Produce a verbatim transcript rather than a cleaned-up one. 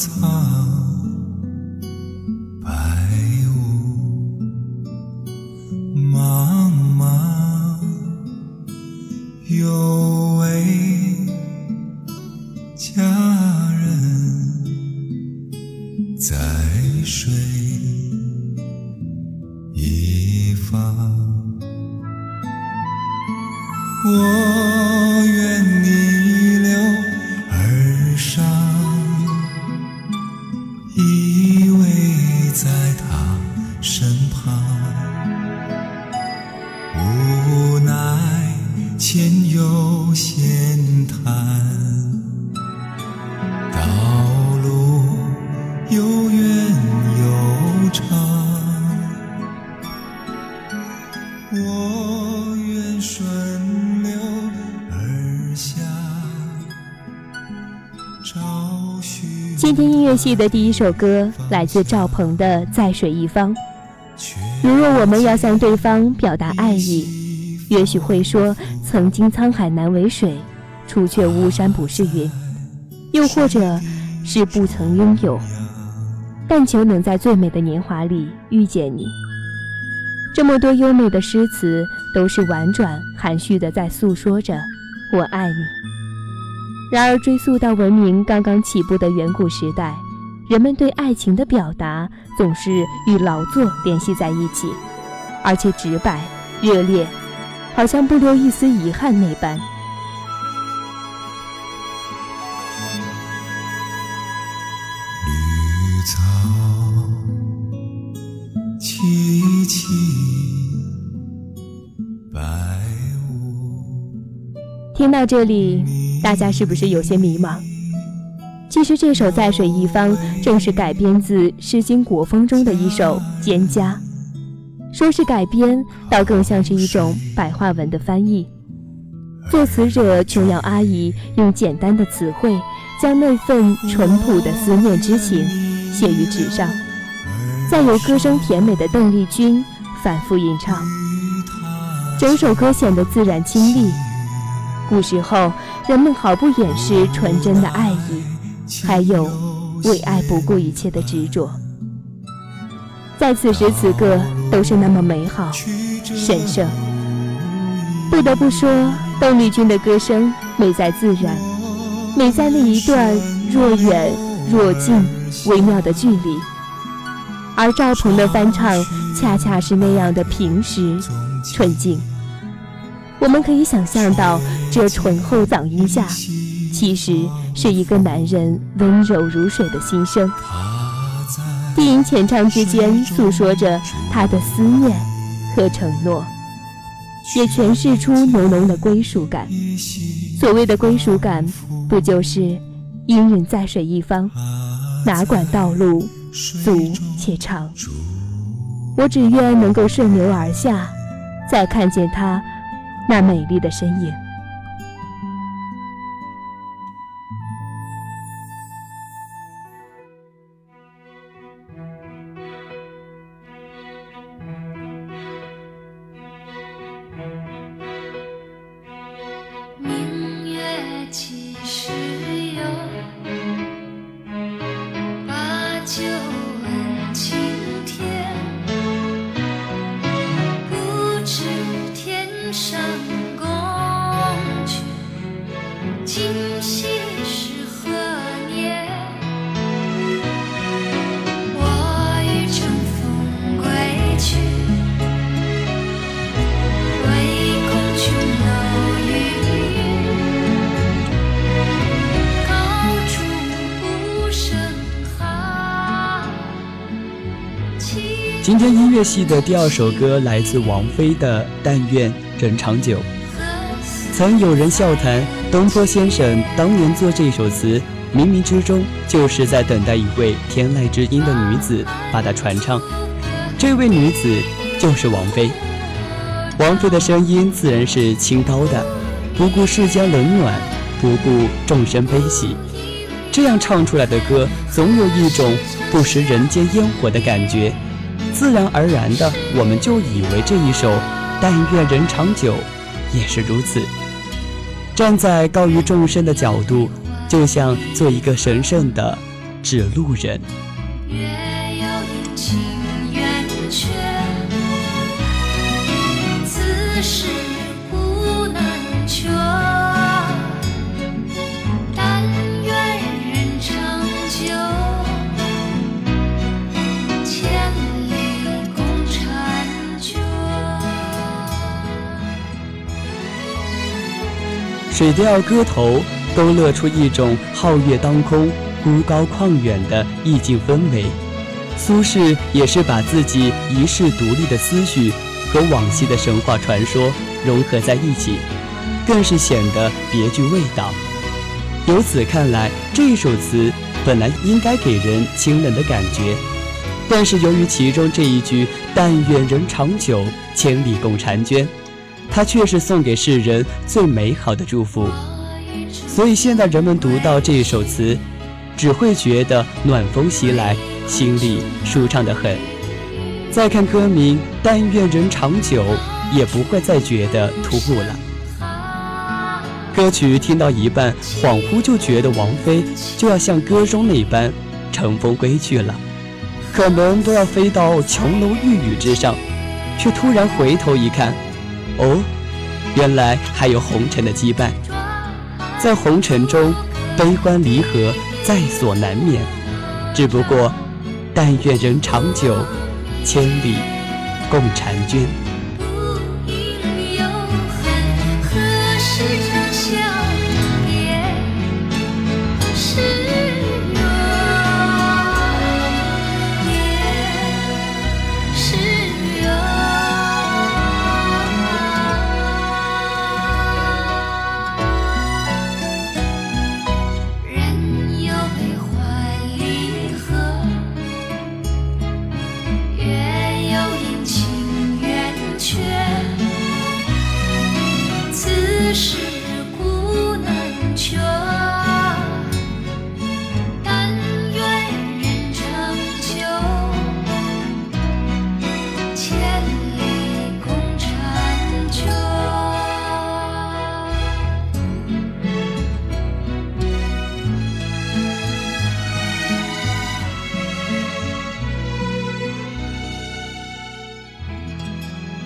苍白雾，茫茫有位佳人在水一方。我愿逆流而上，依偎在他身旁，无奈前有险滩，道路又远又长，我愿顺流而下，找寻。 今天音乐系的第一首歌来自赵鹏的《在水一方》。如若我们要向对方表达爱意，也许会说曾经沧海难为水，除却巫山不是云，又或者是不曾拥有，但求能在最美的年华里遇见你。这么多优美的诗词都是婉转含蓄地在诉说着我爱你。然而追溯到文明刚刚起步的远古时代，人们对爱情的表达总是与劳作联系在一起，而且直白热烈，好像不留一丝遗憾那般。 绿草萋萋白雾。 听到这里，大家是不是有些迷茫？其实这首《在水一方》正是改编自《诗经·国风》中的一首《蒹葭》，说是改编，倒更像是一种白话文的翻译。作词者琼瑶阿姨用简单的词汇，将那份淳朴的思念之情写于纸上，再由歌声甜美的邓丽君反复吟唱，整首歌显得自然清丽。古时候人们毫不掩饰纯真的爱意，还有为爱不顾一切的执着，在此时此刻都是那么美好神圣。不得不说，邓丽君的歌声美在自然，美在那一段若远若近微妙的距离，而赵鹏的翻唱恰恰是那样的平实纯净。我们可以想象到，这醇厚嗓音下其实是一个男人温柔如水的心声，低吟浅唱之间诉说着他的思念和承诺，也诠释出浓浓的归属感。所谓的归属感，不就是隐忍在水一方，哪管道路阻且长，我只愿能够顺流而下，再看见他那美丽的身影。 明月几时有，把酒问青天，不知天上宫阙，今夕是何年？我欲乘风归去，唯恐琼楼玉宇，高处不胜寒。 今天音乐系的第二首歌来自王菲的《但愿人长久》。曾有人笑谈东坡先生当年做这首词，冥冥之中就是在等待一位天籁之音的女子把它传唱。这位女子就是王菲。王菲的声音自然是清高的，不顾世间冷暖，不顾众生悲喜，这样唱出来的歌总有一种不食人间烟火的感觉，自然而然的我们就以为这一首《但愿人长久》也是如此。站在高于众生的角度，就像做一个神圣的指路人。 月有阴晴圆缺，此事古难全。但愿人长久，千里共婵娟。 水调歌头勾勒出一种皓月当空、孤高旷远的意境氛围。苏轼也是把自己遗世独立的思绪和往昔的神话传说融合在一起，更是显得别具味道。由此看来，这首词本来应该给人清冷的感觉，但是由于其中这一句“但愿人长久，千里共婵娟”，它却是送给世人最美好的祝福。所以现在人们读到这首词，只会觉得暖风袭来，心里舒畅得很。再看歌名“但愿人长久”，也不会再觉得突兀了。歌曲听到一半，恍惚就觉得王菲就要像歌中那般乘风归去了，可能都要飞到琼楼玉宇之上，却突然回头一看，哦，原来还有红尘的羁绊。在红尘中，悲欢离合在所难免，只不过但愿人长久，千里共婵娟。